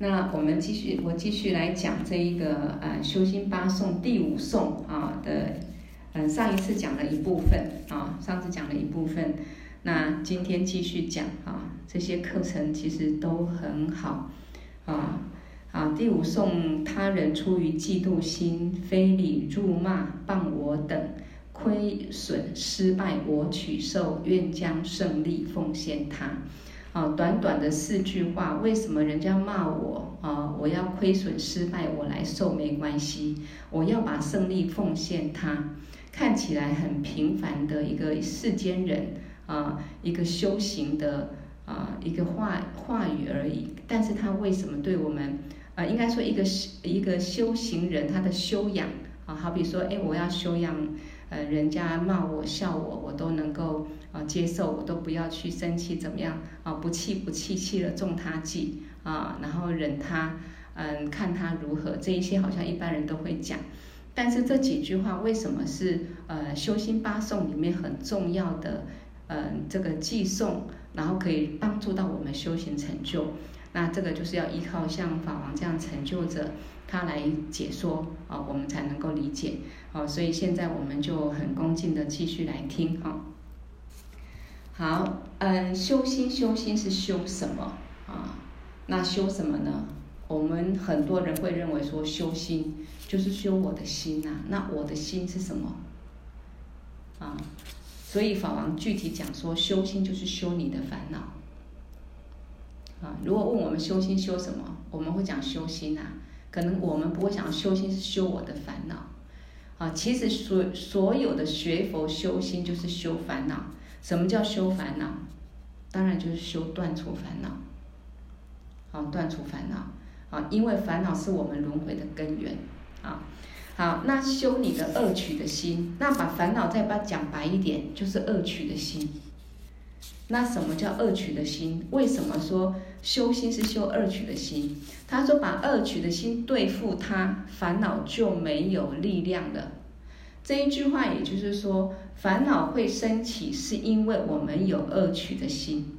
那我继续来讲这一个修心八颂第5颂的上一次讲了一部分上次讲了一部分，那今天继续讲这些课程其实都很好第5颂，他人出于嫉妒心，非礼辱骂谤我等，亏损失败我取受，愿将胜利奉献他。短短的4句话，为什么人家骂我我要亏损失败我来受没关系，我要把胜利奉献他。看起来很平凡的一个世间人一个修行的一个话语而已，但是他为什么对我们应该说一个修行人他的修养好比说我要修养人家骂我笑我，我都能够接受，我都不要去生气，怎么样不气气了中他计然后忍他看他如何，这一些好像一般人都会讲。但是这几句话为什么是修心八颂里面很重要的这个寄颂，然后可以帮助到我们修行成就？那这个就是要依靠像法王这样成就者他来解说我们才能够理解所以现在我们就很恭敬的继续来听好修心是修什么那修什么呢？我们很多人会认为说修心就是修我的心那我的心是什么所以法王具体讲说，修心就是修你的烦恼如果问我们修心修什么，我们会讲修心可能我们不会想修心是修我的烦恼其实所有的学佛修心就是修烦恼。什么叫修烦恼？当然就是修断除烦恼断除烦恼因为烦恼是我们轮回的根源好，那修你的恶取的心，那把烦恼再把它讲白一点，就是恶取的心。那什么叫恶取的心？为什么说修心是修恶取的心？他说把恶取的心对付它，烦恼就没有力量了。这一句话也就是说，烦恼会升起是因为我们有恶取的心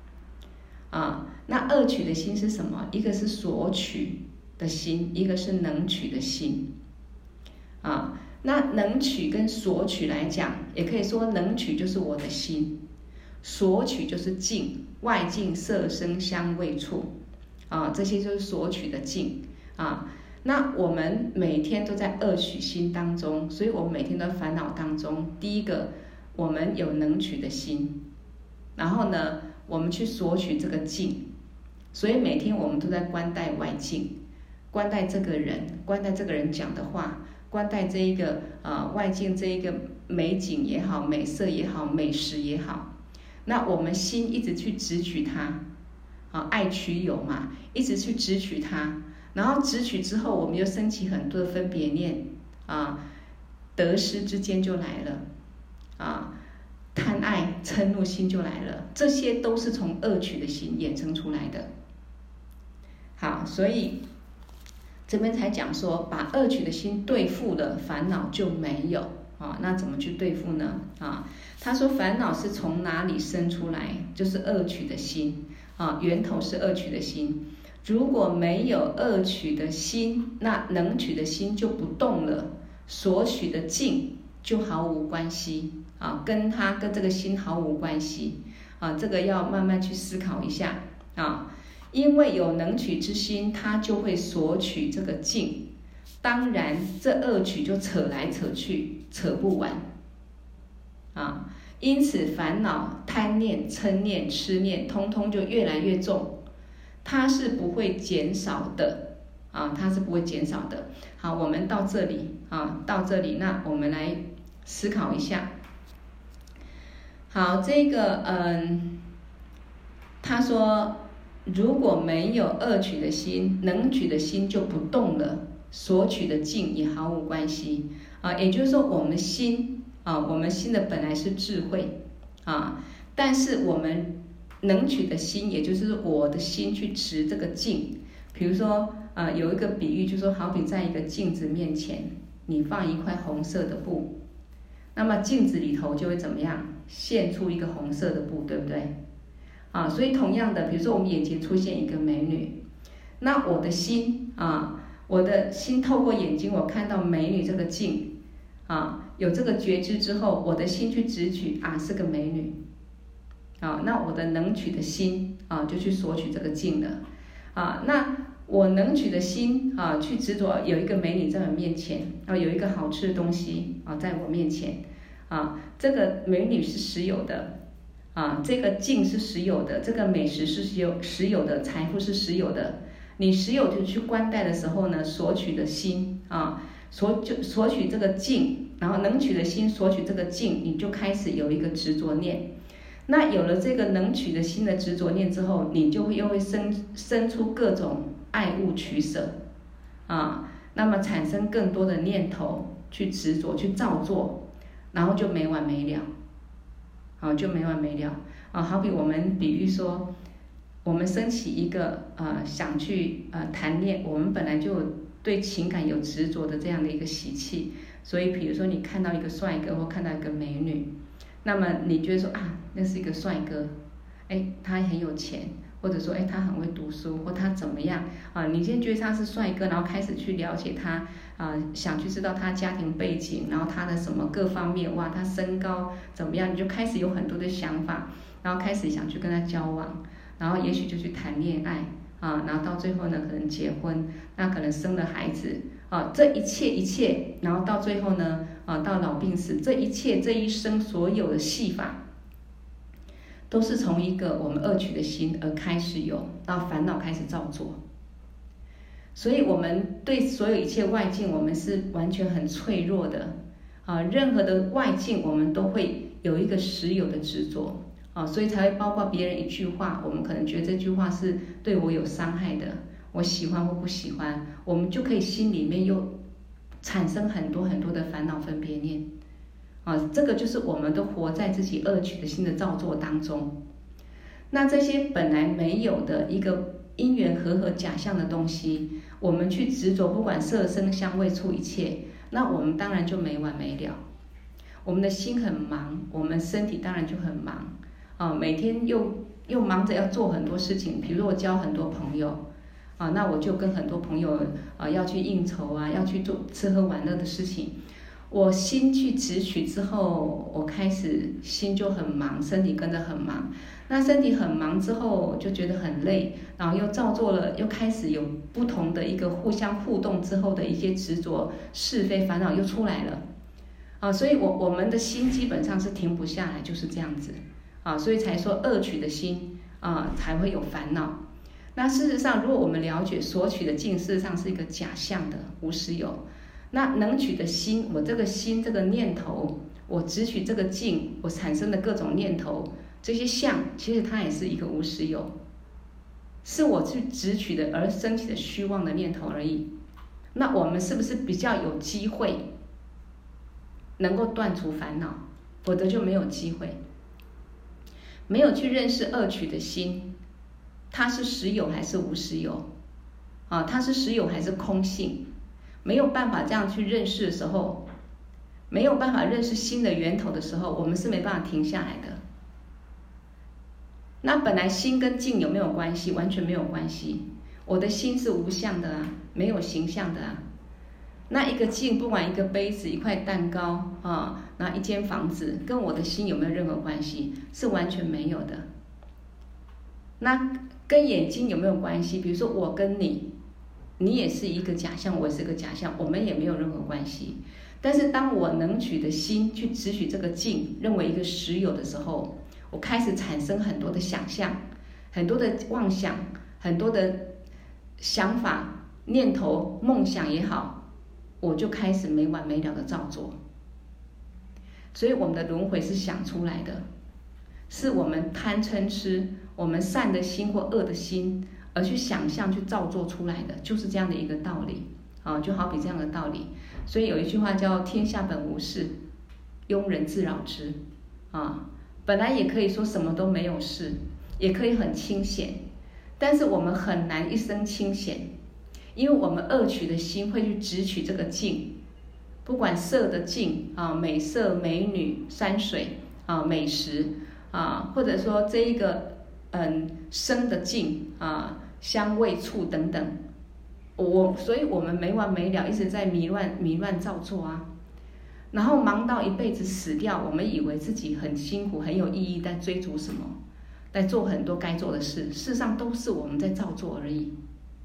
那恶取的心是什么？一个是索取的心，一个是能取的心那能取跟索取来讲，也可以说能取就是我的心，索取就是境，外境色声香味触这些就是索取的境那我们每天都在恶取心当中，所以我们每天都在烦恼当中。第一个，我们有能取的心，然后呢我们去索取这个境，所以每天我们都在观待外境，观待这个人，观待这个人讲的话，观待这一个外境，这一个美景也好，美色也好，美食也好，那我们心一直去执取它爱取有嘛，一直去执取它，然后执取之后，我们又升起很多的分别念得失之间就来了贪爱嗔怒心就来了，这些都是从恶取的心衍生出来的。好，所以这边才讲说，把恶取的心对付了，烦恼就没有那怎么去对付呢他说烦恼是从哪里生出来？就是恶取的心源头是恶取的心。如果没有恶取的心，那能取的心就不动了，所取的境就毫无关系跟这个心毫无关系这个要慢慢去思考一下因为有能取之心，它就会索取这个境，当然这恶取就扯来扯去，扯不完因此烦恼、贪念、嗔念、痴念，通通就越来越重，它是不会减少的它是不会减少的。好，我们到这里那我们来思考一下。好，这个他说如果没有恶取的心，能取的心就不动了，所取的境也毫无关系也就是说我们心的本来是智慧但是我们能取的心，也就是我的心去持这个境。比如说有一个比喻，就是说好比在一个镜子面前，你放一块红色的布，那么镜子里头就会怎么样？现出一个红色的布，对不对所以同样的，比如说我们眼前出现一个美女， 那我的心啊，我的心透过眼睛，我看到美女这个境啊，有这个觉知之后，我的心去直取啊，是个美女啊，那我的能取的心啊，就去索取这个境了啊。那我能取的心啊，去执着有一个美女在我面前啊，有一个好吃的东西啊，在我面前啊，这个美女是实有的啊，这个境是实有的，这个美食是实有的，财富是实有的。你实有就去观待的时候呢，索取的心啊，索取这个境，然后能取的心索取这个境，你就开始有一个执着念。那有了这个能取的心的执着念之后，你就又会生出各种爱物取舍啊，那么产生更多的念头去执着去造作，然后就没完没了，就没完没了啊。好比我们比喻说，我们升起一个想去谈恋，我们本来就对情感有执着的这样的一个习气，所以比如说你看到一个帅哥或看到一个美女，那么你觉得说啊，那是一个帅哥，哎，他很有钱，或者说哎他很会读书，或他怎么样啊？你先觉得他是帅哥，然后开始去了解他想去知道他家庭背景，然后他的什么各方面，哇，他身高怎么样，你就开始有很多的想法，然后开始想去跟他交往。然后也许就去谈恋爱然后到最后呢，可能结婚，那可能生了孩子这一切，然后到最后呢到老病死，这一切这一生所有的戏法，都是从一个我们恶取的心而开始有，然后烦恼开始造作。所以我们对所有一切外境，我们是完全很脆弱的任何的外境，我们都会有一个实有的执着。所以才会包括别人一句话，我们可能觉得这句话是对我有伤害的，我喜欢或不喜欢，我们就可以心里面又产生很多很多的烦恼分别念这个就是我们都活在自己恶取的心的造作当中。那这些本来没有的一个因缘和假象的东西，我们去执着，不管色声香味触一切，那我们当然就没完没了。我们的心很忙，我们身体当然就很忙每天又忙着要做很多事情，比如说我交很多朋友那我就跟很多朋友要去应酬要去做吃喝玩乐的事情。我心去执取之后，我开始心就很忙，身体跟着很忙。那身体很忙之后，就觉得很累，然后又造作了，又开始有不同的一个互相互动之后的一些执着、是非、烦恼又出来了所以我们的心基本上是停不下来，就是这样子所以才说恶取的心才会有烦恼。那事实上，如果我们了解所取的境，事实上是一个假象的无实有。那能取的心，我这个心这个念头，我只取这个境，我产生的各种念头，这些相，其实它也是一个无实有，是我去执取的而升起的虚妄的念头而已。那我们是不是比较有机会能够断除烦恼？否则就没有机会。没有去认识恶取的心，它是实有还是无实有它是实有还是空性？没有办法这样去认识的时候，没有办法认识心的源头的时候，我们是没办法停下来的。那本来心跟境有没有关系？完全没有关系。我的心是无相的没有形象的那一个境，不管一个杯子、一块蛋糕那一间房子，跟我的心有没有任何关系？是完全没有的。那跟眼睛有没有关系？比如说我跟你也是一个假象，我也是一个假象，我们也没有任何关系。但是当我能取的心去执取这个境，认为一个实有的时候，我开始产生很多的想象，很多的妄想，很多的想法、念头、梦想也好，我就开始没完没了的造作。所以我们的轮回是想出来的，是我们贪嗔痴，我们善的心或恶的心而去想象去造作出来的，就是这样的一个道理就好比这样的道理。所以有一句话叫天下本无事，庸人自扰之本来也可以说什么都没有事，也可以很清闲，但是我们很难一生清闲，因为我们恶取的心会去执取这个境，不管色的境美色、美女、山水美食或者说这一个生的境香味触等等，所以我们没完没了一直在迷乱造作啊，然后忙到一辈子死掉，我们以为自己很辛苦很有意义，在追逐什么，在做很多该做的事，事实上都是我们在造作而已。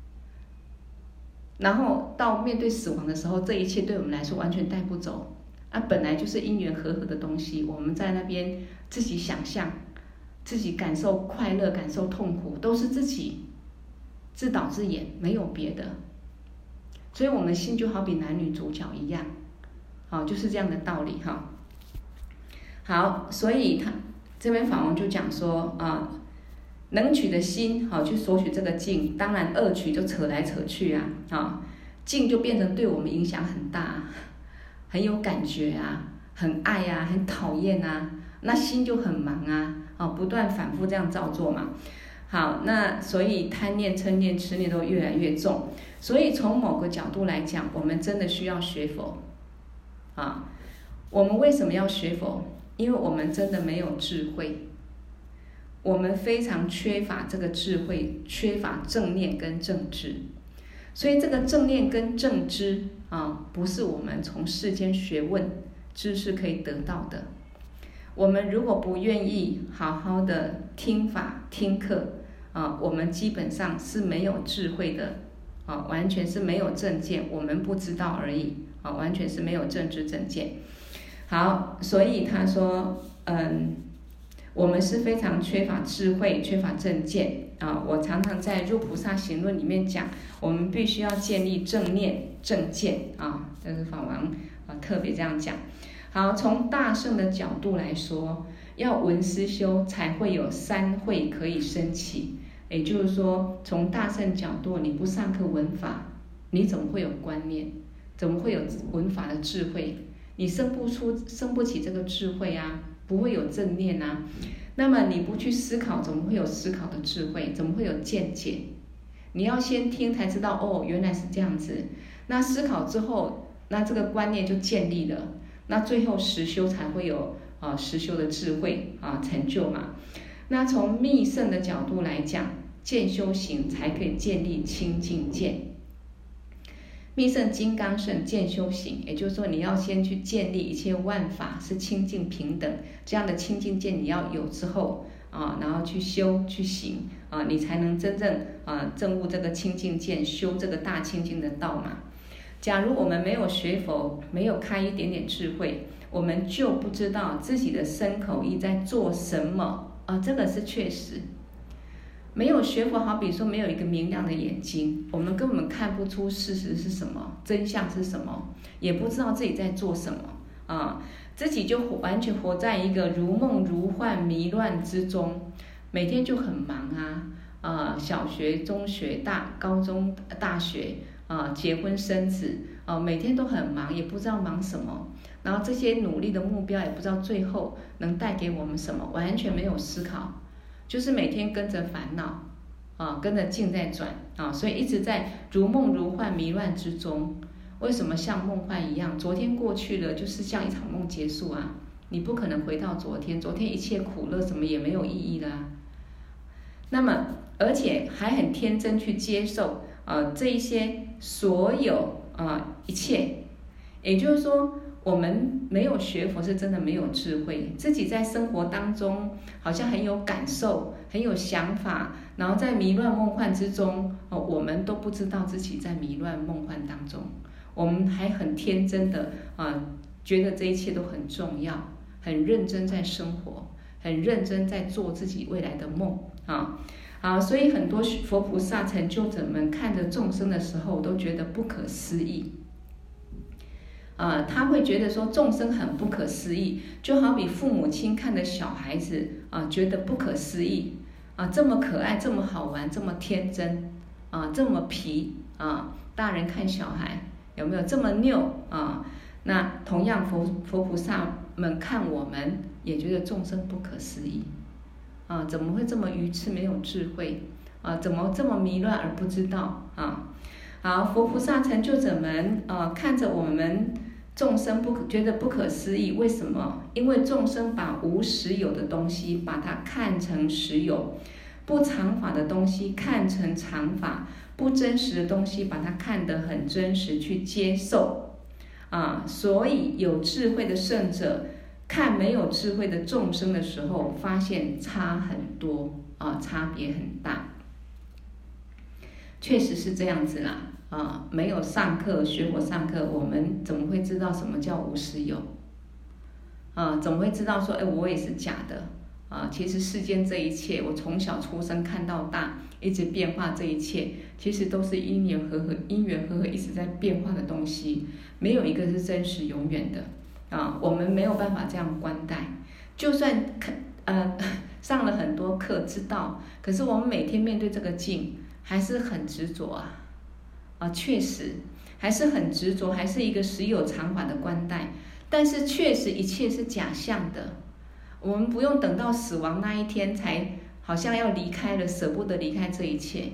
然后到面对死亡的时候，这一切对我们来说完全带不走啊，本来就是因缘和合的东西，我们在那边自己想象，自己感受快乐，感受痛苦，都是自己自导自演，没有别的。所以我们的心就好比男女主角一样，好，就是这样的道理哈。好，所以他这边法王就讲说啊，能取的心好去索取这个境，当然恶取就扯来扯去啊，境就变成对我们影响很大，很有感觉啊，很爱啊，很讨厌啊，那心就很忙啊，不断反复这样造作嘛。好，那所以贪念、嗔念、痴念都越来越重，所以从某个角度来讲，我们真的需要学佛啊。我们为什么要学佛？因为我们真的没有智慧，我们非常缺乏这个智慧，缺乏正念跟正知。所以这个正念跟正知啊，不是我们从世间学问知识可以得到的。我们如果不愿意好好的听法听课啊，我们基本上是没有智慧的啊，完全是没有正见，我们不知道而已啊，完全是没有正知正见。好，所以他说，我们是非常缺乏智慧，缺乏正见啊。我常常在《入菩萨行论》里面讲，我们必须要建立正念、正见啊。这是法王特别这样讲。好，从大乘的角度来说，要闻思修才会有三慧可以升起。也就是说，从大乘角度，你不上课闻法，你怎么会有观念？怎么会有闻法的智慧？你生不起这个智慧啊，不会有正念啊。那么你不去思考，怎么会有思考的智慧？怎么会有见解？你要先听才知道，哦，原来是这样子。那思考之后，那这个观念就建立了。那最后实修才会有实修的智慧成就嘛。那从密乘的角度来讲，见修行才可以建立清净见。密乘金刚乘见修行，也就是说你要先去建立一切万法是清净平等，这样的清净见你要有之后然后去修去行你才能真正证悟这个清净见，修这个大清净的道嘛。假如我们没有学佛，没有开一点点智慧，我们就不知道自己的身口意在做什么这个是确实。没有学佛，好比说没有一个明亮的眼睛，我们根本看不出事实是什么，真相是什么，也不知道自己在做什么自己就完全活在一个如梦如幻迷乱之中，每天就很忙小学、中学、高中、大学结婚生子每天都很忙，也不知道忙什么，然后这些努力的目标也不知道最后能带给我们什么，完全没有思考，就是每天跟着烦恼跟着境在转所以一直在如梦如幻迷乱之中。为什么像梦幻一样？昨天过去了，就是像一场梦结束你不可能回到昨天，昨天一切苦乐什么也没有意义啦。那么而且还很天真去接受这一些所有一切，也就是说我们没有学佛是真的没有智慧，自己在生活当中好像很有感受，很有想法，然后在迷乱梦幻之中我们都不知道自己在迷乱梦幻当中，我们还很天真的觉得这一切都很重要，很认真在生活，很认真在做自己未来的梦所以很多佛菩萨成就者们看着众生的时候都觉得不可思议他会觉得说众生很不可思议，就好比父母亲看着小孩子觉得不可思议这么可爱，这么好玩，这么天真这么皮大人看小孩有没有这么拗那同样佛菩萨们看我们也觉得众生不可思议怎么会这么愚痴，没有智慧怎么这么迷乱而不知道好，佛菩萨成就者们看着我们众生觉得不可思议，为什么？因为众生把无实有的东西把它看成实有， 不常法的东西看成常法，不真实的东西把它看得很真实，去接受啊。所以有智慧的圣者看没有智慧的众生的时候，发现差很多啊，差别很大。确实是这样子啦啊，没有上课学佛上课，我们怎么会知道什么叫无实有啊？怎么会知道说，哎，我也是假的啊？其实世间这一切，我从小出生看到大，一直变化，这一切其实都是因缘和合，因缘和合一直在变化的东西，没有一个是真实永远的啊。我们没有办法这样观待，就算上了很多课知道，可是我们每天面对这个境，还是很执着啊，确实还是很执着，还是一个实有常法的观待。但是确实一切是假象的，我们不用等到死亡那一天才好像要离开了，舍不得离开这一切。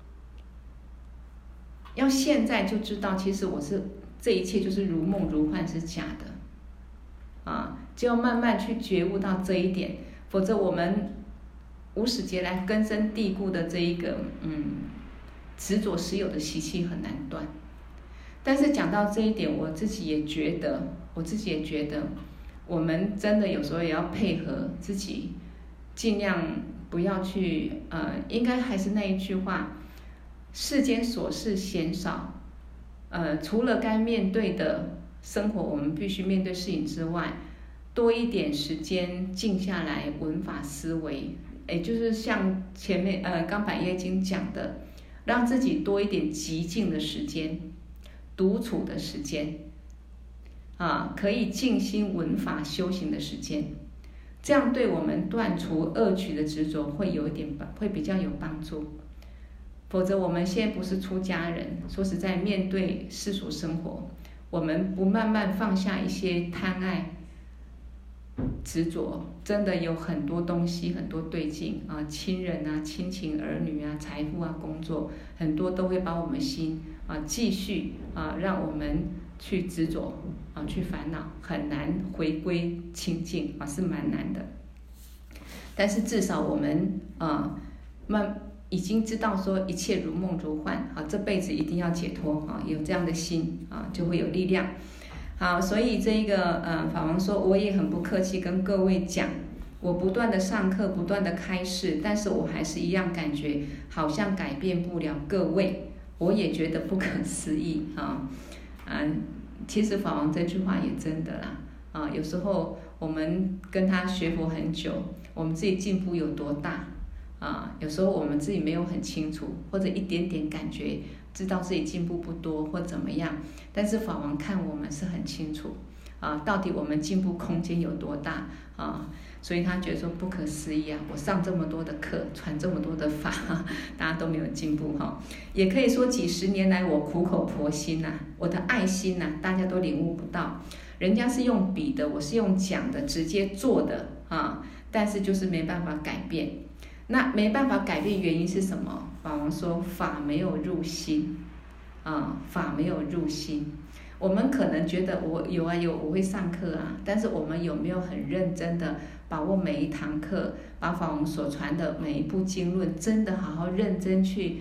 要现在就知道，其实这一切就是如梦如幻，是假的啊，就要慢慢去觉悟到这一点，否则我们无始劫来根深蒂固的这一个执着实有的习气很难断。但是讲到这一点，我自己也觉得，我们真的有时候也要配合自己，尽量不要去应该还是那一句话，世间琐事嫌少，除了该面对的生活我们必须面对事情之外，多一点时间静下来闻法思维，也就是像前面刚百业经讲的，让自己多一点寂静的时间，独处的时间啊，可以静心闻法修行的时间，这样对我们断除恶取的执着会比较有帮助。否则我们现在不是出家人，说实在，面对世俗生活，我们不慢慢放下一些贪爱执着，真的有很多东西，很多对境啊，亲人啊、亲情、儿女啊、财富啊、工作，很多都会把我们心继续让我们去执着去烦恼，很难回归清净是蛮难的。但是至少我们已经知道说一切如梦如幻这辈子一定要解脱有这样的心就会有力量。好，所以这个法王说，我也很不客气跟各位讲，我不断的上课，不断的开示，但是我还是一样感觉好像改变不了各位，我也觉得不可思议其实法王这句话也真的啦有时候我们跟他学佛很久，我们自己进步有多大有时候我们自己没有很清楚，或者一点点感觉知道自己进步不多或怎么样，但是法王看我们是很清楚到底我们进步空间有多大所以他觉得说不可思议我上这么多的课，传这么多的法大家都没有进步也可以说几十年来我苦口婆心我的爱心大家都领悟不到，人家是用笔的，我是用讲的，直接做的但是就是没办法改变。那没办法改变原因是什么？法王说法没有入心法没有入心。我们可能觉得我会上课但是我们有没有很认真的把握每一堂课，把法王所传的每一部经论真的好好认真去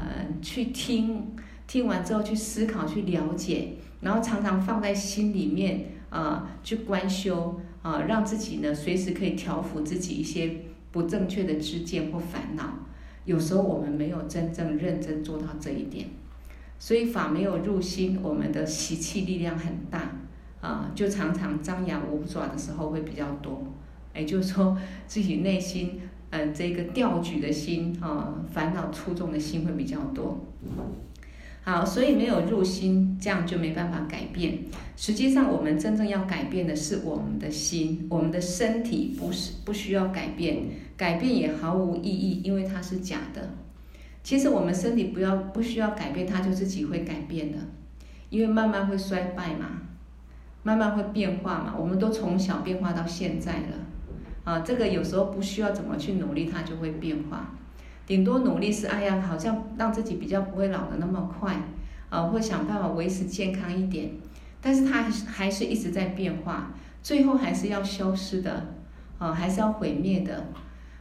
听完之后去思考去了解，然后常常放在心里面去观修让自己呢随时可以调伏自己一些不正确的知见或烦恼。有时候我们没有真正认真做到这一点，所以法没有入心，我们的习气力量很大就常常张牙舞爪的时候会比较多，也就是说自己内心这个调举的心烦恼出众的心会比较多。好，所以没有入心，这样就没办法改变。实际上我们真正要改变的是我们的心，我们的身体不需要改变，改变也毫无意义，因为它是假的。其实我们身体不需要改变，它就自己会改变的，因为慢慢会衰败嘛，慢慢会变化嘛，我们都从小变化到现在了这个有时候不需要怎么去努力，它就会变化。顶多努力是好像让自己比较不会老得那么快或想办法维持健康一点，但是它还是一直在变化，最后还是要消失的还是要毁灭的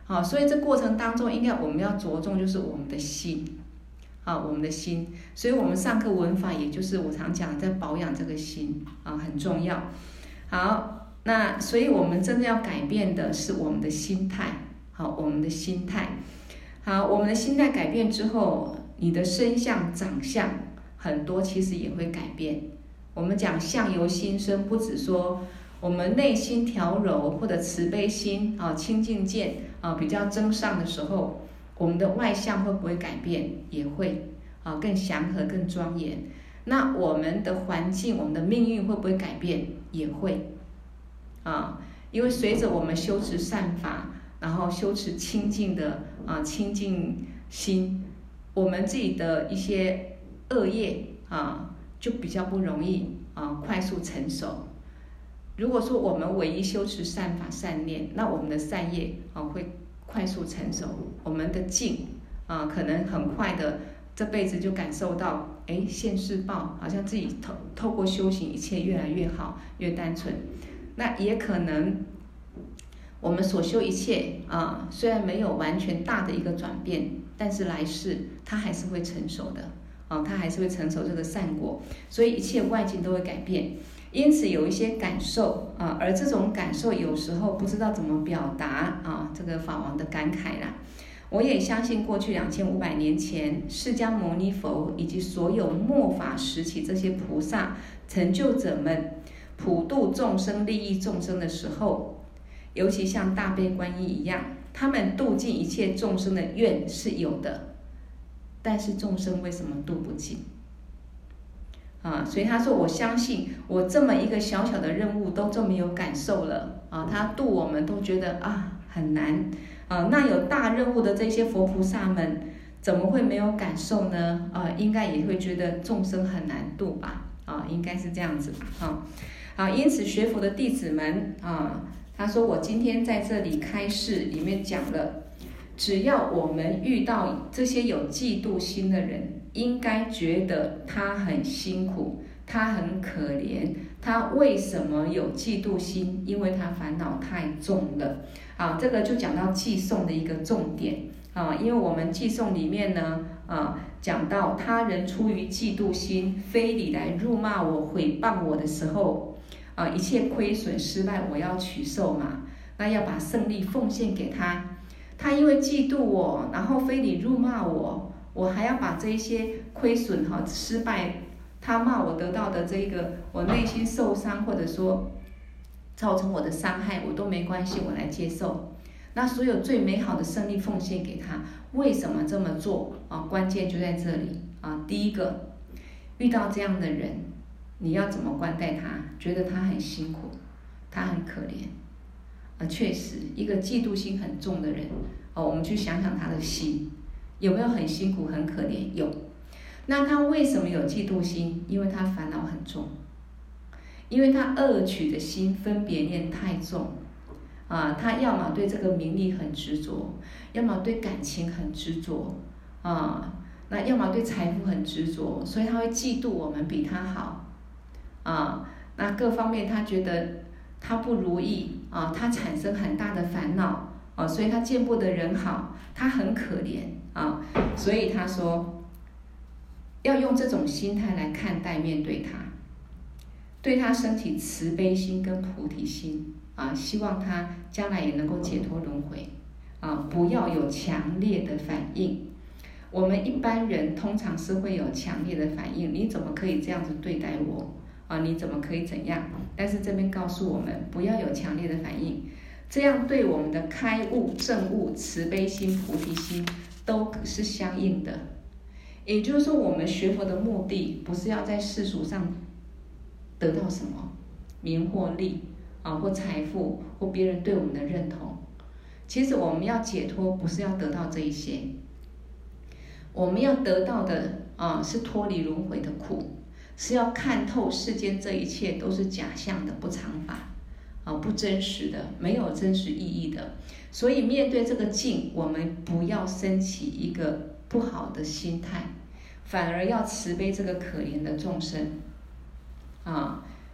好，所以这过程当中，应该我们要着重就是我们的心，啊，我们的心。所以我们上课文法，也就是我常讲在保养这个心啊，很重要。好，那所以我们真正要改变的是我们的心态，好，我们的心态。好，我们的心态改变之后，你的身相、长相很多其实也会改变。我们讲相由心生，不只说我们内心调柔或者慈悲心啊、清净见啊比较增上的时候，我们的外相会不会改变？也会啊，更祥和、更庄严。那我们的环境、我们的命运会不会改变？也会啊，因为随着我们修持善法，然后修持清净的清净心，我们自己的一些恶业啊就比较不容易快速成熟。如果说我们唯一修持善法善念，那我们的善业会快速成熟，我们的境可能很快的这辈子就感受到现世报，好像自己透过修行一切越来越好，越单纯。那也可能我们所修一切虽然没有完全大的一个转变，但是来世它还是会成熟的它还是会成熟这个善果，所以一切外境都会改变。因此有一些感受而这种感受有时候不知道怎么表达这个法王的感慨啦。我也相信过去2500年前，释迦牟尼佛以及所有末法时期这些菩萨成就者们普度众生、利益众生的时候，尤其像大悲观音一样，他们度尽一切众生的愿是有的，但是众生为什么度不尽？所以他说，我相信我这么一个小小的任务都这么有感受了他度我们都觉得很难那有大任务的这些佛菩萨们怎么会没有感受呢？应该也会觉得众生很难度吧应该是这样子因此学佛的弟子们他说我今天在这里开示里面讲了，只要我们遇到这些有嫉妒心的人，应该觉得他很辛苦，他很可怜。他为什么有嫉妒心？因为他烦恼太重了这个就讲到偈颂的一个重点因为我们偈颂里面呢讲到他人出于嫉妒心，非礼来辱骂我、毁谤我的时候一切亏损失败我要取受嘛，那要把胜利奉献给他。他因为嫉妒我，然后非礼辱骂我，我还要把这一些亏损失败，他骂我得到的这个我内心受伤，或者说造成我的伤害，我都没关系，我来接受。那所有最美好的胜利奉献给他。为什么这么做关键就在这里第一个，遇到这样的人，你要怎么关待他？觉得他很辛苦，他很可怜确实，一个嫉妒心很重的人我们去想想他的心有没有很辛苦、很可怜？有。那他为什么有嫉妒心？因为他烦恼很重，因为他恶取的心、分别念太重他要么对这个名利很执着，要么对感情很执着那要么对财富很执着，所以他会嫉妒我们比他好那各方面他觉得他不如意他产生很大的烦恼所以他见不得人好，他很可怜所以他说要用这种心态来看待、面对他，对他升起慈悲心跟菩提心希望他将来也能够解脱轮回不要有强烈的反应。我们一般人通常是会有强烈的反应，你怎么可以这样子对待我你怎么可以怎样？但是这边告诉我们，不要有强烈的反应，这样对我们的开悟、证悟、慈悲心、菩提心都是相应的。也就是说，我们学佛的目的不是要在世俗上得到什么名或利或财富或别人对我们的认同。其实我们要解脱，不是要得到这一些，我们要得到的是脱离轮回的苦，是要看透世间这一切都是假象的、不常法不真实的，没有真实意义的。所以面对这个境，我们不要升起一个不好的心态，反而要慈悲这个可怜的众生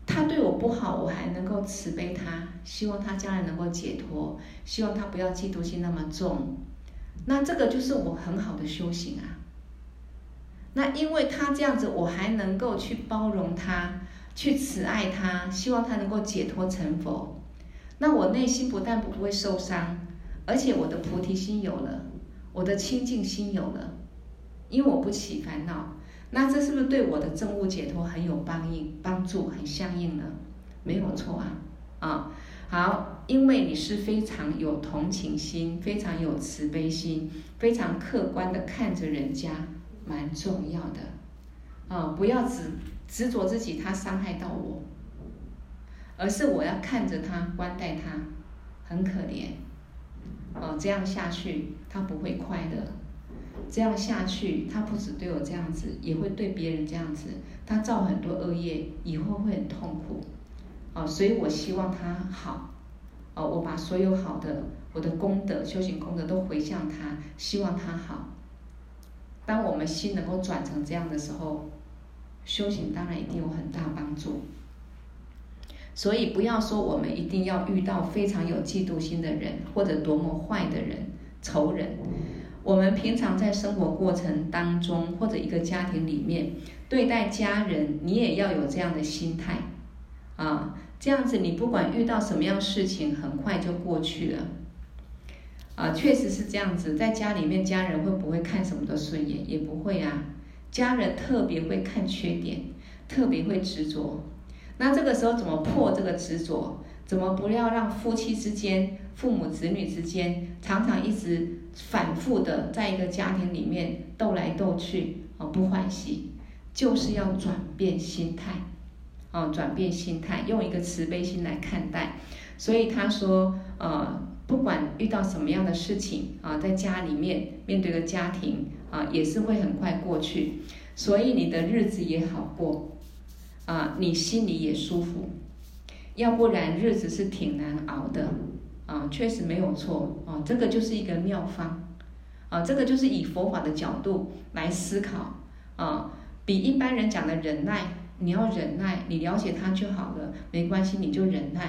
他对我不好，我还能够慈悲他，希望他将来能够解脱，希望他不要嫉妒心那么重，那这个就是我很好的修行啊。那因为他这样子，我还能够去包容他，去慈爱他，希望他能够解脱成佛。那我内心不但不会受伤，而且我的菩提心有了，我的清净心有了，因为我不起烦恼。那这是不是对我的证悟解脱很有帮助，很相应呢？没有错啊。好，因为你是非常有同情心，非常有慈悲心，非常客观的看着人家，蛮重要的不要执着自己他伤害到我，而是我要看着他，关待他，很可怜这样下去他不会快乐，这样下去他不止对我这样子，也会对别人这样子，他造很多恶业，以后会很痛苦所以我希望他好我把所有好的我的功德，修行功德都回向他，希望他好。当我们心能够转成这样的时候，修行当然一定有很大帮助。所以不要说我们一定要遇到非常有嫉妒心的人，或者多么坏的人、仇人。我们平常在生活过程当中，或者一个家庭里面对待家人，你也要有这样的心态这样子你不管遇到什么样事情，很快就过去了确实是这样子。在家里面，家人会不会看什么都顺眼？也不会啊。家人特别会看缺点，特别会执着。那这个时候怎么破这个执着？怎么不要让夫妻之间、父母子女之间常常一直反复的在一个家庭里面斗来斗去不欢喜？就是要转变心态转变心态，用一个慈悲心来看待。所以他说不管遇到什么样的事情在家里面面对个家庭也是会很快过去，所以你的日子也好过你心里也舒服，要不然日子是挺难熬的确实没有错这个就是一个妙方这个就是以佛法的角度来思考比一般人讲的忍耐，你要忍耐，你了解它就好了，没关系，你就忍耐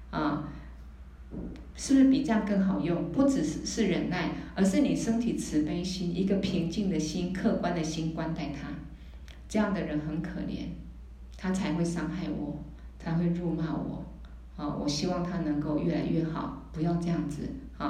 是不是比这样更好用？不只是忍耐，而是你升起慈悲心，一个平静的心、客观的心关待他。这样的人很可怜，他才会伤害我，才会辱骂我我希望他能够越来越好，不要这样子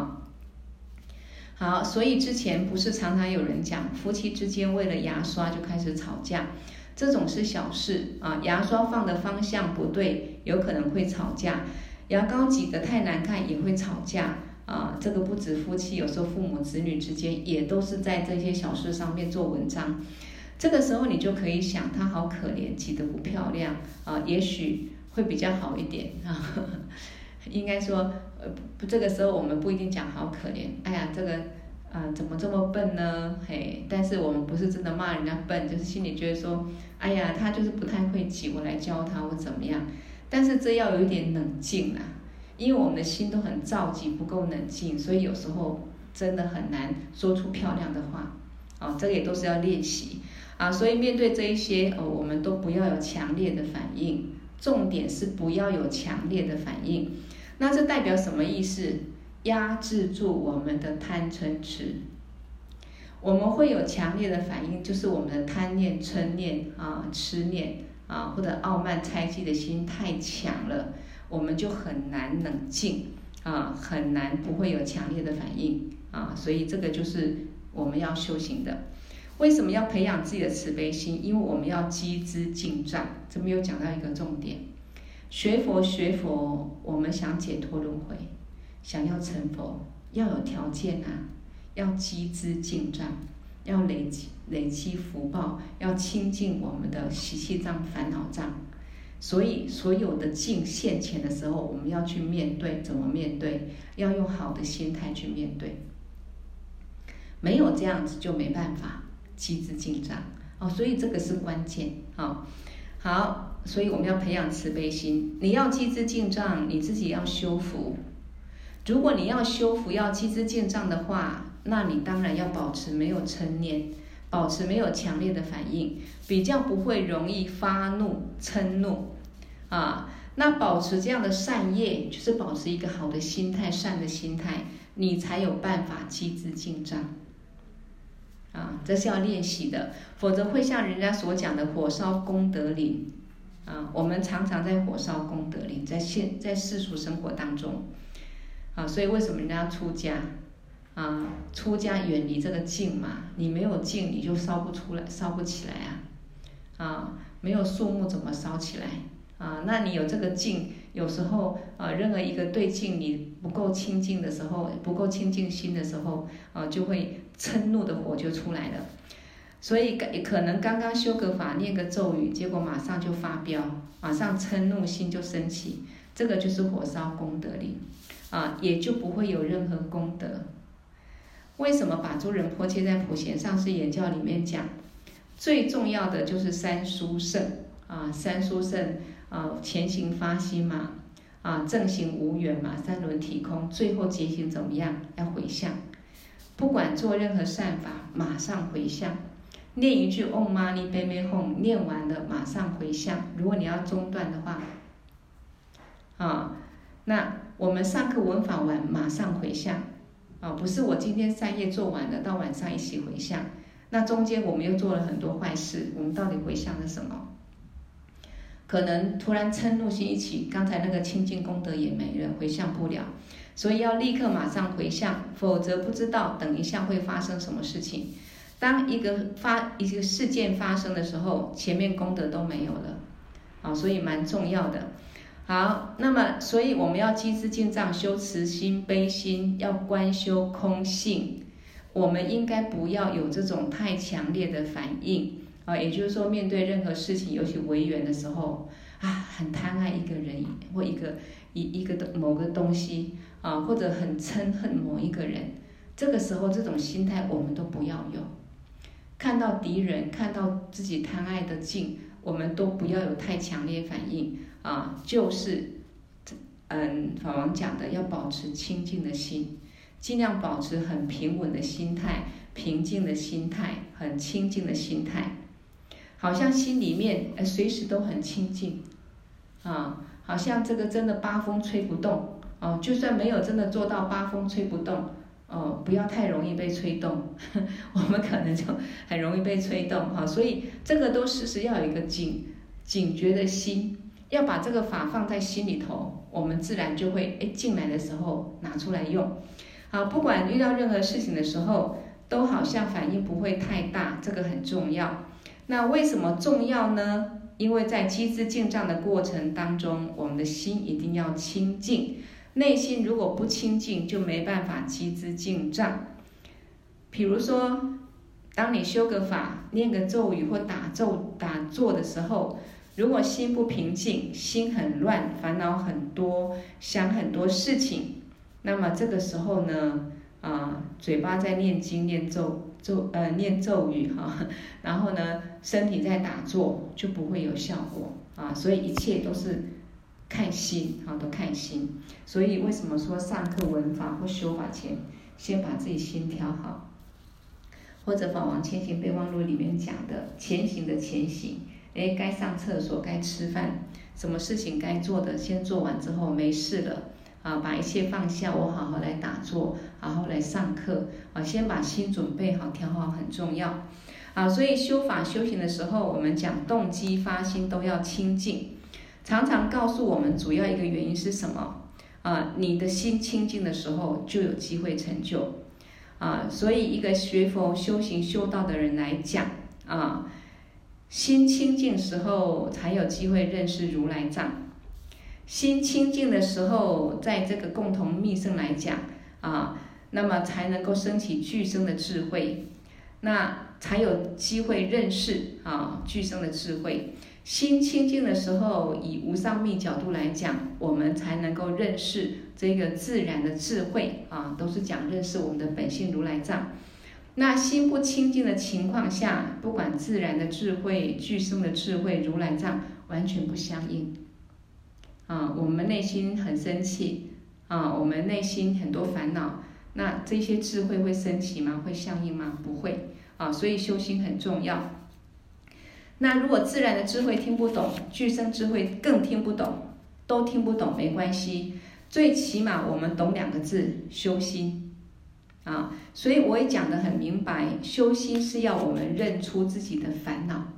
好，所以之前不是常常有人讲，夫妻之间为了牙刷就开始吵架，这种是小事牙刷放的方向不对，有可能会吵架。牙膏挤得太难看也会吵架这个不止夫妻，有时候父母子女之间也都是在这些小事上面做文章。这个时候你就可以想，他好可怜，挤得不漂亮也许会比较好一点应该说这个时候我们不一定讲好可怜，哎呀这个怎么这么笨呢？但是我们不是真的骂人家笨，就是心里觉得说，哎呀他就是不太会挤，我来教他或怎么样。但是这要有一点冷静因为我们的心都很着急，不够冷静，所以有时候真的很难说出漂亮的话这个也都是要练习所以面对这一些我们都不要有强烈的反应，重点是不要有强烈的反应。那这代表什么意思？压制住我们的贪嗔痴。我们会有强烈的反应，就是我们的贪念、嗔念痴念或者傲慢猜忌的心太强了，我们就很难冷静很难不会有强烈的反应所以这个就是我们要修行的。为什么要培养自己的慈悲心？因为我们要积资净障。这边又讲到一个重点，学佛我们想解脱轮回，想要成佛，要有条件要积资净障，要累积福报，要清净我们的习气障、烦恼障。所以所有的境现前的时候，我们要去面对。怎么面对？要用好的心态去面对。没有这样子就没办法积资净障所以这个是关键好，所以我们要培养慈悲心。你要积资净障，你自己要修福。如果你要修福、要积资净障的话，那你当然要保持没有嗔念，保持没有强烈的反应，比较不会容易发怒、嗔怒啊。那保持这样的善业，就是保持一个好的心态、善的心态，你才有办法积资进账。啊，这是要练习的，否则会像人家所讲的火烧功德林。啊，我们常常在火烧功德林，在世俗生活当中。啊，所以为什么人家出家？啊，出家远离这个境嘛，你没有境，你就烧不出来，烧不起来啊。啊，没有树木怎么烧起来？啊，那你有这个境，有时候任何一个对境你不够清净的时候，不够清净心的时候，就会嗔怒的火就出来了。所以可能刚刚修个法，念个咒语，结果马上就发飙，马上嗔怒心就升起，这个就是火烧功德林，啊，也就不会有任何功德。为什么把诸仁波切在普贤上师言教里面讲，最重要的就是三殊胜啊，三殊胜前行发心嘛，正行无缘嘛，三轮体空，最后结行怎么样？要回向，不管做任何善法，马上回向。念一句 Om Mani Padme Hum， 念完了马上回向。如果你要中断的话，那我们上课闻法完马上回向，不是我今天3业做完了，到晚上一起回向。那中间我们又做了很多坏事，我们到底回向了什么？可能突然嗔怒心一起，刚才那个清净功德也没了，回向不了。所以要立刻马上回向，否则不知道等一下会发生什么事情。当一个事件发生的时候，前面功德都没有了，所以蛮重要的。好，那么所以我们要积资进账，修慈心、悲心，要观修空性。我们应该不要有这种太强烈的反应也就是说，面对任何事情，尤其违缘的时候很贪爱一个人或一个某个东西或者很憎恨某一个人，这个时候这种心态我们都不要有。看到敌人，看到自己贪爱的境，我们都不要有太强烈反应就是法王讲的，要保持清净的心，尽量保持很平稳的心态，平静的心态，很清净的心态，好像心里面随时都很清净好像这个真的八风吹不动就算没有真的做到八风吹不动不要太容易被吹动我们可能就很容易被吹动所以这个都时时要有一个警觉的心，要把这个法放在心里头，我们自然就会进来的时候拿出来用。好，不管遇到任何事情的时候，都好像反应不会太大，这个很重要。那为什么重要呢？因为在积资进账的过程当中，我们的心一定要清净。内心如果不清净，就没办法积资进账。比如说，当你修个法、念个咒语或打坐的时候，如果心不平静，心很乱，烦恼很多，想很多事情，那么这个时候呢，嘴巴在念经、念咒语然后呢，身体在打坐，就不会有效果所以一切都是看心都看心。所以为什么说上课闻法或修法前，先把自己心调好？或者法王前行备忘录里面讲的，前行的前行，该上厕所，该吃饭，什么事情该做的，先做完之后没事了把一切放下，我好好来打坐，好好来上课先把心准备好，调好很重要所以修法修行的时候，我们讲动机发心都要清净。常常告诉我们主要一个原因是什么你的心清净的时候，就有机会成就所以一个学佛修行修道的人来讲心清净时候才有机会认识如来藏。心清净的时候，在这个共同密乘来讲那么才能够升起具生的智慧，那才有机会认识具生的智慧。心清净的时候，以无上密角度来讲，我们才能够认识这个自然的智慧都是讲认识我们的本性如来藏。那心不清净的情况下，不管自然的智慧、具生的智慧、如来藏，完全不相应我们内心很生气我们内心很多烦恼，那这些智慧会升起吗？会相应吗？不会所以修心很重要。 那如果自然的智慧听不懂，具生智慧更听不懂，都听不懂没关系，最起码我们懂2个字：修心啊。所以我也讲得很明白，修心是要我们认出自己的烦恼，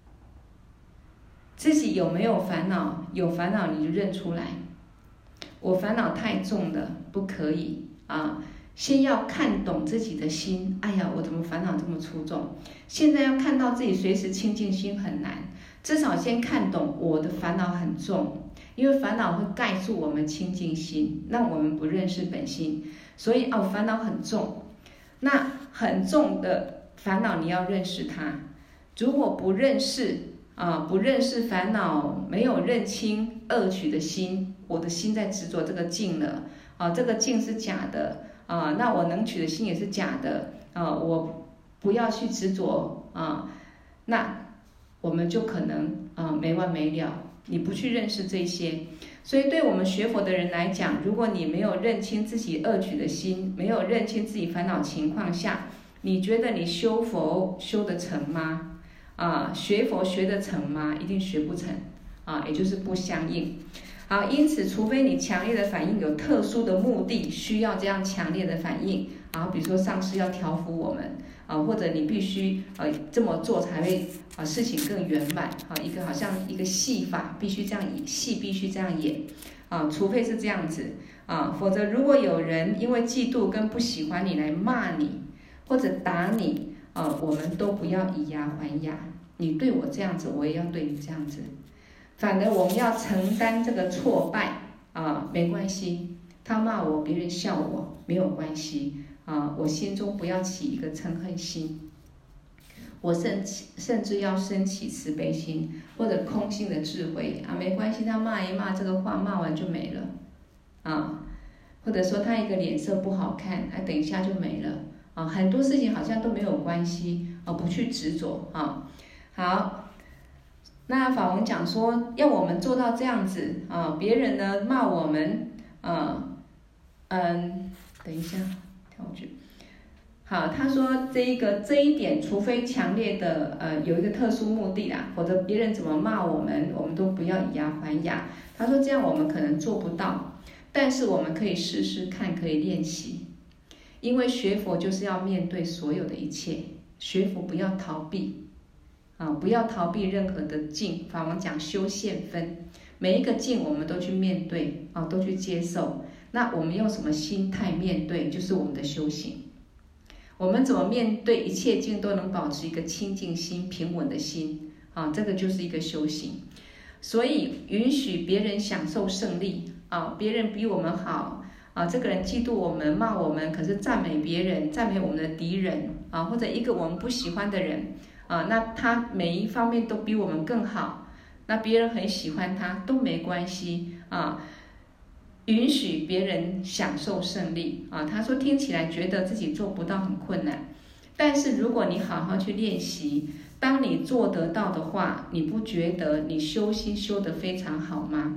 自己有没有烦恼？有烦恼你就认出来。我烦恼太重了，不可以啊！先要看懂自己的心。哎呀，我怎么烦恼这么粗重？现在要看到自己随时清净心很难，至少先看懂我的烦恼很重，因为烦恼会盖住我们清净心，让我们不认识本心。所以哦，烦恼很重。那很重的烦恼你要认识它。如果不认识不认识烦恼，没有认清恶取的心，我的心在执着这个境了这个境是假的那我能取的心也是假的我不要去执着那我们就可能没完没了。你不去认识这些，所以对我们学佛的人来讲，如果你没有认清自己恶取的心，没有认清自己烦恼情况下，你觉得你修佛修得成吗？学佛学得成吗？一定学不成也就是不相应。好，因此除非你强烈的反应有特殊的目的，需要这样强烈的反应比如说上师要调伏我们或者你必须这么做才会事情更圆满一个好像一个戏法必须这样演，戏必须这样演除非是这样子否则如果有人因为嫉妒跟不喜欢你来骂你或者打你我们都不要以牙还牙。你对我这样子，我也要对你这样子。反而我们要承担这个挫败没关系，他骂我，别人笑我，没有关系我心中不要起一个嗔恨心，我甚至要升起慈悲心或者空性的智慧没关系，他骂一骂这个话，骂完就没了或者说他一个脸色不好看等一下就没了很多事情好像都没有关系不去执着好，那法王讲说要我们做到这样子别人呢骂我们等一下跳去。好，他说这一点，除非强烈的有一个特殊目的啦，否则别人怎么骂我们，我们都不要以牙还牙。他说这样我们可能做不到，但是我们可以试试看，可以练习。因为学佛就是要面对所有的一切，学佛不要逃避不要逃避任何的境。法王讲修现分，每一个境我们都去面对都去接受。那我们用什么心态面对，就是我们的修行。我们怎么面对一切境都能保持一个清净心、平稳的心这个就是一个修行。所以允许别人享受胜利别人比我们好这个人嫉妒我们、骂我们，可是赞美别人、赞美我们的敌人或者一个我们不喜欢的人那他每一方面都比我们更好，那别人很喜欢他都没关系允许别人享受胜利他说听起来觉得自己做不到很困难，但是如果你好好去练习，当你做得到的话，你不觉得你修心修得非常好吗？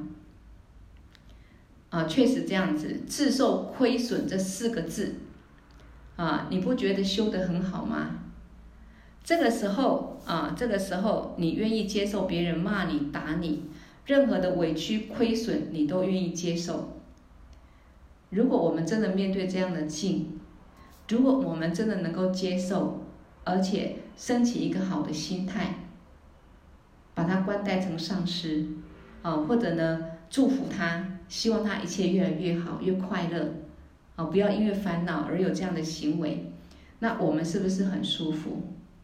确实这样子，自受亏损这4个字你不觉得修得很好吗？这个时候你愿意接受别人骂你、打你，任何的委屈、亏损你都愿意接受。如果我们真的面对这样的境，如果我们真的能够接受，而且升起一个好的心态，把他关待成上师或者呢祝福他，希望他一切越来越好，越快乐不要因为烦恼而有这样的行为，那我们是不是很舒服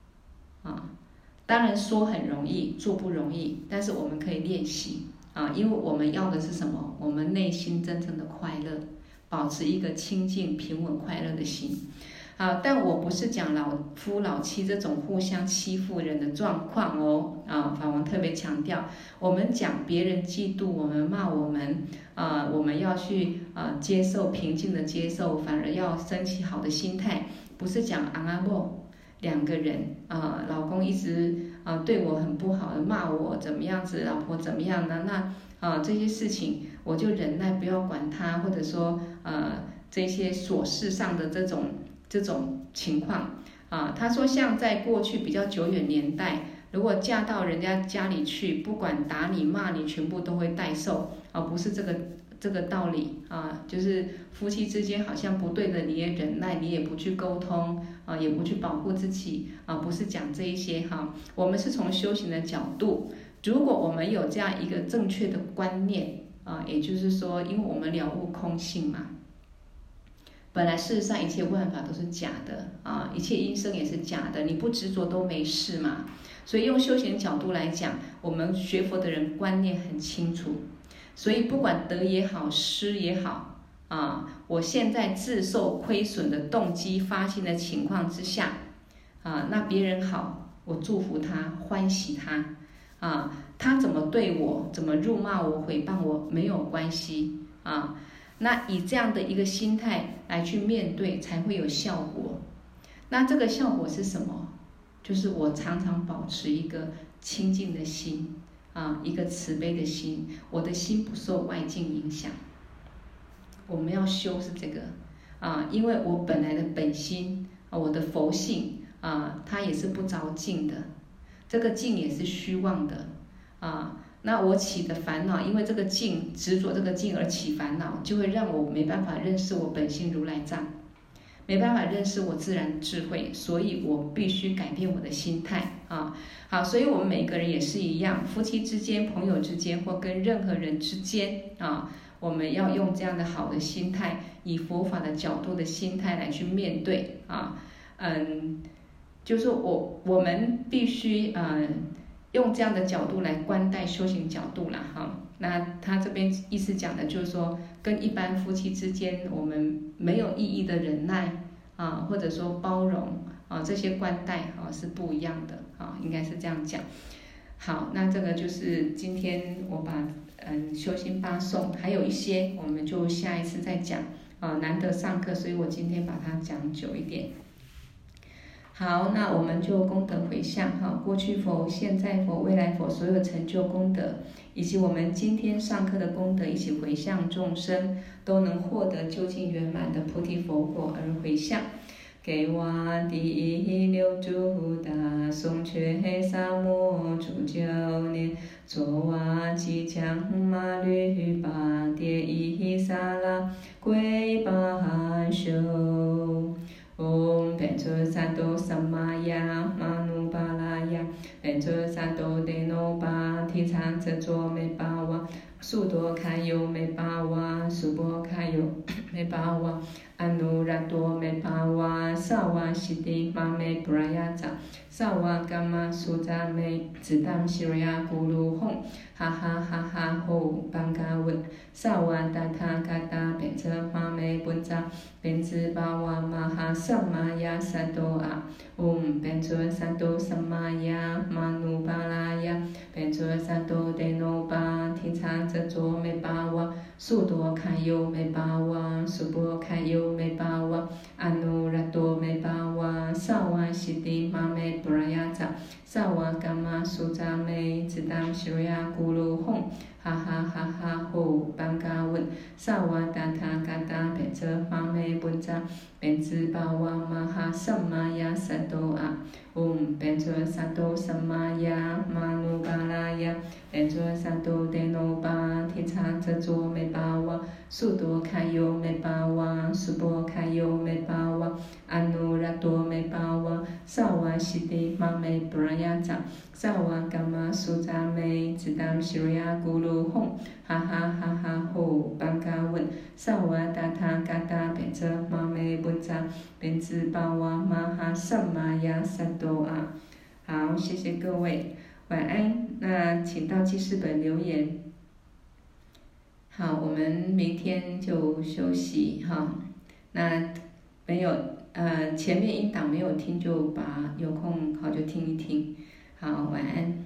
当然说很容易，做不容易，但是我们可以练习因为我们要的是什么？我们内心真正的快乐，保持一个清净、平稳、快乐的心但我不是讲老夫老妻这种互相欺负人的状况法王特别强调，我们讲别人嫉妒我们、骂我们我们要去接受，平静的接受，反而要升起好的心态，不是讲阿莫2个人老公一直对我很不好，骂我怎么样子，老婆怎么样呢？那这些事情我就忍耐，不要管他，或者说这些琐事上的这种情况他说像在过去比较久远年代， 如果嫁到人家家里去，不管打你骂你，全部都会代受啊，不是这个道理啊，就是夫妻之间好像不对的，你也忍耐，你也不去沟通啊，也不去保护自己啊，不是讲这一些哈。我们是从修行的角度，如果我们有这样一个正确的观念啊，也就是说，因为我们了悟空性嘛。本来事实上一切万法都是假的啊，一切因生也是假的，你不执着都没事嘛。所以用修行角度来讲，我们学佛的人观念很清楚，所以不管得也好，失也好啊，我现在自受亏损的动机发心的情况之下啊，那别人好，我祝福他，欢喜他啊，他怎么对我，怎么辱骂我、诽谤我没有关系啊。那以这样的一个心态来去面对，才会有效果。那这个效果是什么？就是我常常保持一个清净的心啊，一个慈悲的心，我的心不受外境影响。我们要修是这个啊，因为我本来的本心啊，我的佛性啊，它也是不着境的，这个境也是虚妄的啊。那我起的烦恼，因为这个境执着这个境而起烦恼，就会让我没办法认识我本性如来藏，没办法认识我自然智慧，所以我必须改变我的心态啊。好，所以我们每个人也是一样，夫妻之间、朋友之间或跟任何人之间啊，我们要用这样的好的心态，以佛法的角度的心态来去面对啊。就是我们必须用这样的角度来观待修行角度啦哈。那他这边意思讲的就是说，跟一般夫妻之间，我们没有意义的忍耐啊，或者说包容啊，这些观待啊是不一样的啊，应该是这样讲。好，那这个就是今天我把修心八颂，还有一些我们就下一次再讲啊，难得上课，所以我今天把它讲久一点。好，那我们就功德回向哈，过去佛、现在佛、未来佛所有成就功德，以及我们今天上课的功德，一起回向众生，都能获得究竟圆满的菩提佛果而回向。给我第一六诸大颂却萨摩诸九年，作瓦吉将马律巴迭伊萨拉归巴修。Om Benjo Santo Samaya Manubalaya Benjo Santo Deno Ba Thi Chang Cho Me Ba Wa Su Do Kayo Me Ba Wa Su Bo Kayo Me Ba Wa Anurato Me Ba Wa Sawa Siddhi Ma Me Prayata Sawa Gamma Suta Me Zidam Shirya Guru Hong Ha Ha Ha Ha Ho Bangga Wut Sawa Tata Kata Benjo Ma Me Bunza Benzi Bawa Maha Samaya Sadoa Om Benzo Santo Samaya Manubalaya Benzo Santo Deno Ba Thi Chang Cho Me Bawa Sudo Kayo Me Bawa Subo Kayo Me Bawa Anurato Me Bawa Sawa Siddhi Ma Me Prayata Sawa Gamma Suta Me Zidam Shirya Guru Hong Ha Ha Ha Ha Ho Bangga Wut Sawa Tata Kata Benzo Ma Me Bunza Benzi Bawa Maha Samaya Sadoa Om Benzo Santo Samaya Manubalaya Benzo Santo Deno Ba Thi Chang Cho Me Bawa Sudo Kayo Me Bawa Subo Kayo Me Bawa Anurato Me Bawa Sawa Siddhi Ma Me Prayata Sawa Gamma Suta Me Zidam Shirya Guru Hong Ha Ha Ha Ha Ho Bangga Wut Sawa Tata Kata Benzo Ma Me Bunza Benzi Bawa Maha Samaya Sadoa。好，谢谢各位，晚安。那请到记事本留言。好，我们明天就休息哈。那没有前面音档没有听就把有空好就听一听。好，晚安。